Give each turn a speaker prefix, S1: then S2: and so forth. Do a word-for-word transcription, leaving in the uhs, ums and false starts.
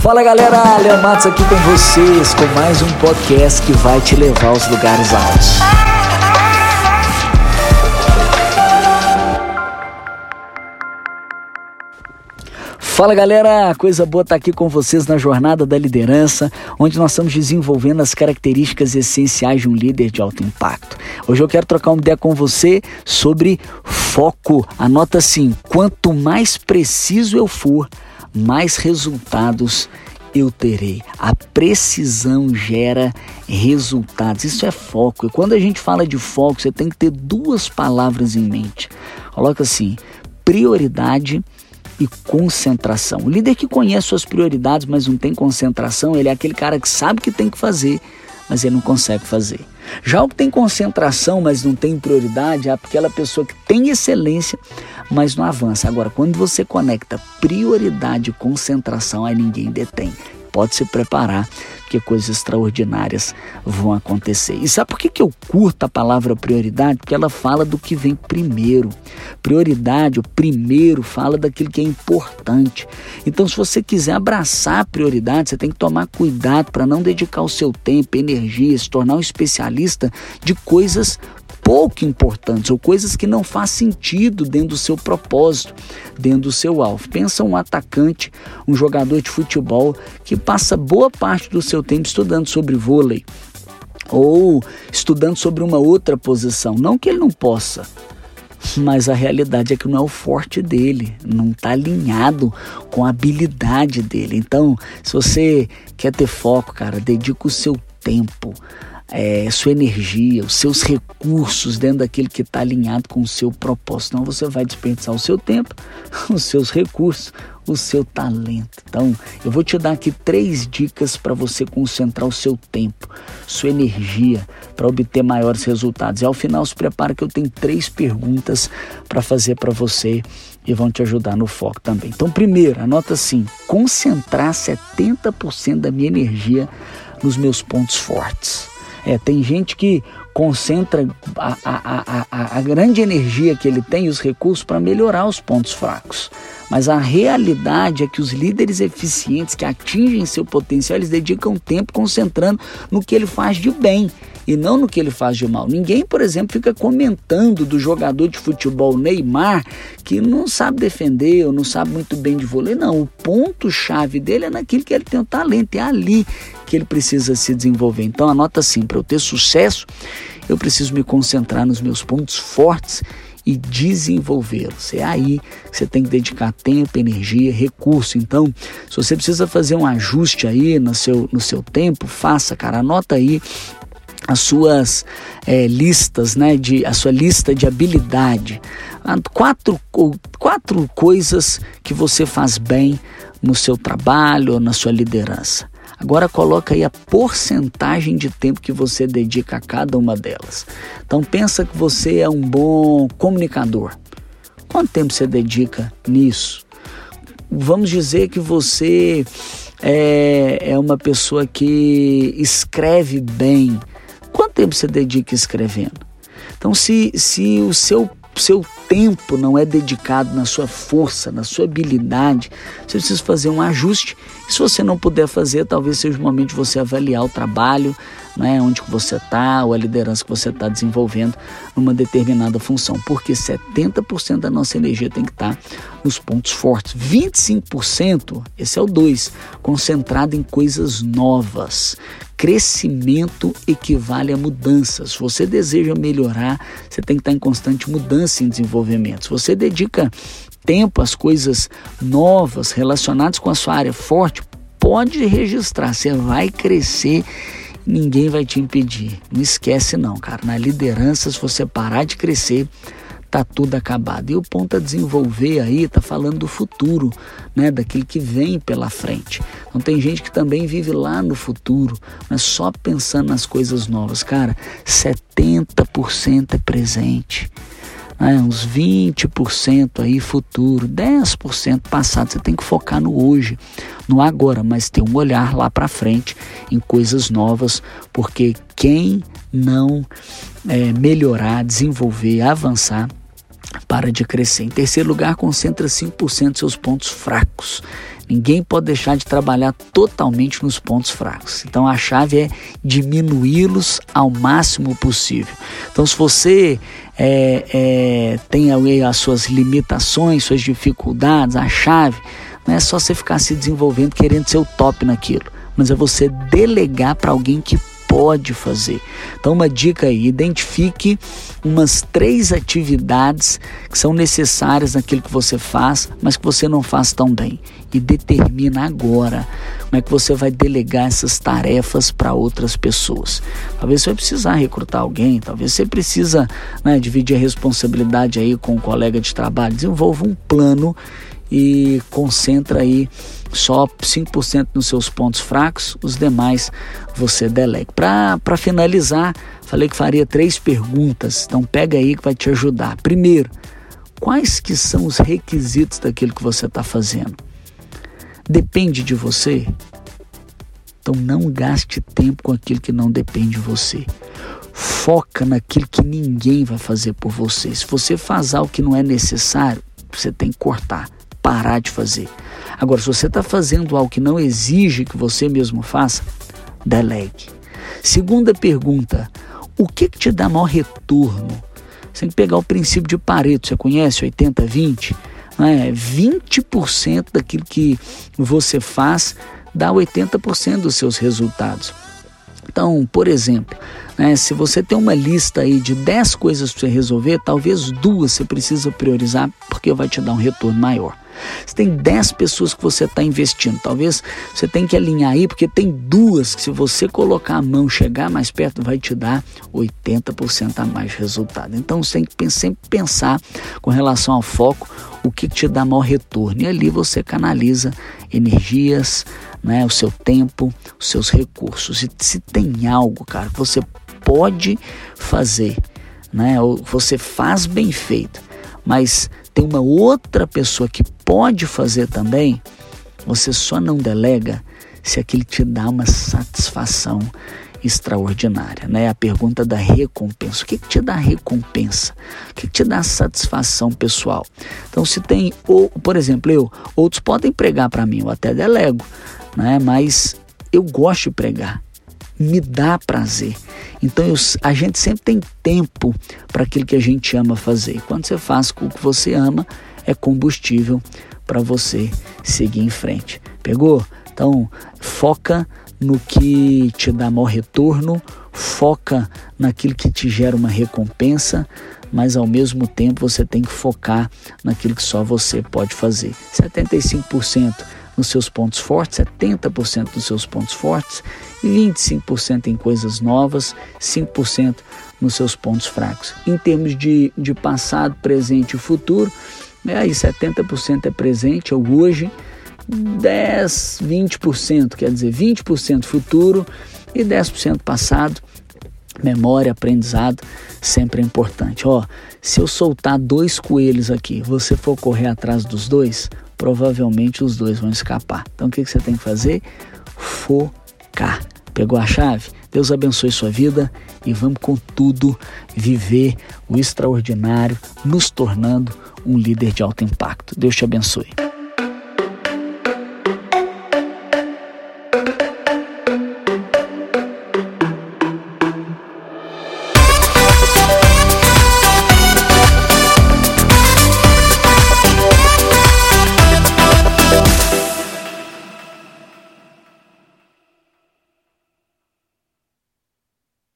S1: Fala galera, Leon Matos aqui com vocês, com mais um podcast que vai te levar aos lugares altos. Fala galera, coisa boa estar aqui com vocês na Jornada da Liderança, onde nós estamos desenvolvendo as características essenciais de um líder de alto impacto. Hoje eu quero trocar uma ideia com você sobre foco. Anota assim, quanto mais preciso eu for, mais resultados eu terei. A precisão gera resultados. Isso é foco. E quando a gente fala de foco, você tem que ter duas palavras em mente. Coloca assim, prioridade e concentração. O líder que conhece suas prioridades, mas não tem concentração, ele é aquele cara que sabe o que tem que fazer, mas ele não consegue fazer. Já o que tem concentração, mas não tem prioridade, é aquela pessoa que tem excelência, mas não avança. Agora, quando você conecta prioridade e concentração, aí ninguém detém. Pode se preparar, porque coisas extraordinárias vão acontecer. E sabe por que que eu curto a palavra prioridade? Porque ela fala do que vem primeiro. Prioridade, o primeiro, fala daquilo que é importante. Então, se você quiser abraçar a prioridade, você tem que tomar cuidado para não dedicar o seu tempo, energia, se tornar um especialista de coisas pouco importantes ou coisas que não faz sentido dentro do seu propósito, dentro do seu alvo. Pensa um atacante, um jogador de futebol que passa boa parte do seu tempo estudando sobre vôlei ou estudando sobre uma outra posição. Não que ele não possa, mas a realidade é que não é o forte dele, não está alinhado com a habilidade dele. Então, se você quer ter foco, cara, dedica o seu tempo, É, sua energia, os seus recursos dentro daquele que está alinhado com o seu propósito. Senão você vai desperdiçar o seu tempo, os seus recursos, o seu talento. Então, eu vou te dar aqui três dicas para você concentrar o seu tempo, sua energia, para obter maiores resultados. E ao final, se prepara que eu tenho três perguntas para fazer para você e vão te ajudar no foco também. Então, primeiro, anota assim, concentrar setenta por cento da minha energia nos meus pontos fortes. É, tem gente que concentra a, a, a, a grande energia que ele tem e os recursos para melhorar os pontos fracos. Mas a realidade é que os líderes eficientes que atingem seu potencial, eles dedicam tempo concentrando no que ele faz de bem e não no que ele faz de mal. Ninguém, por exemplo, fica comentando do jogador de futebol Neymar que não sabe defender ou não sabe muito bem de vôlei. Não, o ponto-chave dele é naquilo que ele tem o talento, é ali que ele precisa se desenvolver. Então anota assim, para eu ter sucesso, eu preciso me concentrar nos meus pontos fortes e desenvolvê-los. É aí que você tem que dedicar tempo, energia, recurso. Então, se você precisa fazer um ajuste aí no seu, no seu tempo, faça, cara, anota aí as suas é, listas, né, de, a sua lista de habilidade. Quatro, quatro coisas que você faz bem no seu trabalho ou na sua liderança. Agora coloca aí a porcentagem de tempo que você dedica a cada uma delas. Então pensa que você é um bom comunicador. Quanto tempo você dedica nisso? Vamos dizer que você é, é uma pessoa que escreve bem. Quanto tempo você dedica escrevendo? Então se, se o seu seu tempo não é dedicado na sua força, na sua habilidade, você precisa fazer um ajuste. E se você não puder fazer, talvez seja o momento de você avaliar o trabalho, né, onde que você está, ou a liderança que você está desenvolvendo numa determinada função. Porque setenta por cento da nossa energia tem que estar nos pontos fortes. vinte e cinco por cento, esse é o dois, concentrado em coisas novas. Crescimento equivale a mudança. Se você deseja melhorar, você tem que estar em constante mudança e desenvolvimento. Se você dedica tempo às coisas novas relacionadas com a sua área forte, pode registrar, você vai crescer, ninguém vai te impedir. Não esquece não, cara, na liderança, se você parar de crescer, tá tudo acabado. E o ponto a desenvolver aí, tá falando do futuro, né, daquilo que vem pela frente. Então tem gente que também vive lá no futuro, mas só pensando nas coisas novas. Cara, setenta por cento é presente, né, uns vinte por cento aí futuro, dez por cento passado. Você tem que focar no hoje, no agora, mas ter um olhar lá para frente em coisas novas, porque quem não é, melhorar, desenvolver, avançar, para de crescer. Em terceiro lugar, concentra cinco por cento dos seus pontos fracos. Ninguém pode deixar de trabalhar totalmente nos pontos fracos. Então a chave é diminuí-los ao máximo possível. Então se você é, é, tem aí as suas limitações, suas dificuldades, a chave não é só você ficar se desenvolvendo querendo ser o top naquilo, mas é você delegar para alguém que pode fazer. Então uma dica aí, identifique umas três atividades que são necessárias naquilo que você faz, mas que você não faz tão bem, e determina agora como é que você vai delegar essas tarefas para outras pessoas. Talvez você vai precisar recrutar alguém, talvez você precisa, né, dividir a responsabilidade aí com um colega de trabalho. Desenvolva um plano e concentra aí só cinco por cento nos seus pontos fracos, os demais você delega. Para finalizar, falei que faria três perguntas, então pega aí que vai te ajudar. Primeiro, quais que são os requisitos daquilo que você está fazendo? Depende de você? Então não gaste tempo com aquilo que não depende de você. Foca naquilo que ninguém vai fazer por você. Se você faz algo que não é necessário, você tem que cortar, parar de fazer. Agora, se você está fazendo algo que não exige que você mesmo faça, delegue. Segunda pergunta, o que, que te dá maior retorno? Você tem que pegar o princípio de Pareto, você conhece oitenta vinte? Né? vinte por cento daquilo que você faz dá oitenta por cento dos seus resultados. Então, por exemplo, né, se você tem uma lista aí de dez coisas para você resolver, talvez duas você precisa priorizar porque vai te dar um retorno maior. Você tem dez pessoas que você está investindo, talvez você tenha que alinhar aí, porque tem duas que se você colocar a mão, chegar mais perto, vai te dar oitenta por cento a mais de resultado. Então você tem que sempre pensar com relação ao foco, o que te dá maior retorno. E ali você canaliza energias, né, o seu tempo, os seus recursos. E se tem algo, cara, que você pode fazer, né, ou você faz bem feito, mas tem uma outra pessoa que pode fazer também, você só não delega se aquilo te dá uma satisfação extraordinária, né? A pergunta da recompensa. O que, que te dá recompensa? O que, que te dá satisfação pessoal? Então, se tem, ou, por exemplo, eu, outros podem pregar para mim, eu até delego, né? Mas eu gosto de pregar, me dá prazer. Então eu, a gente sempre tem tempo para aquilo que a gente ama fazer. E quando você faz o que você ama, é combustível para você seguir em frente. Pegou? Então foca no que te dá maior retorno, foca naquilo que te gera uma recompensa, mas ao mesmo tempo você tem que focar naquilo que só você pode fazer. setenta e cinco por cento nos seus pontos fortes, setenta por cento nos seus pontos fortes, vinte e cinco por cento em coisas novas, cinco por cento nos seus pontos fracos. Em termos de, de passado, presente e futuro, é aí setenta por cento é presente, é o hoje, dez, vinte por cento, quer dizer, vinte por cento futuro e dez por cento passado. Memória, aprendizado, sempre é importante. Ó, se eu soltar dois coelhos aqui, você for correr atrás dos dois, provavelmente os dois vão escapar. Então o que você tem que fazer? Focar. Pegou a chave? Deus abençoe sua vida e vamos com tudo viver o extraordinário, nos tornando um líder de alto impacto. Deus te abençoe.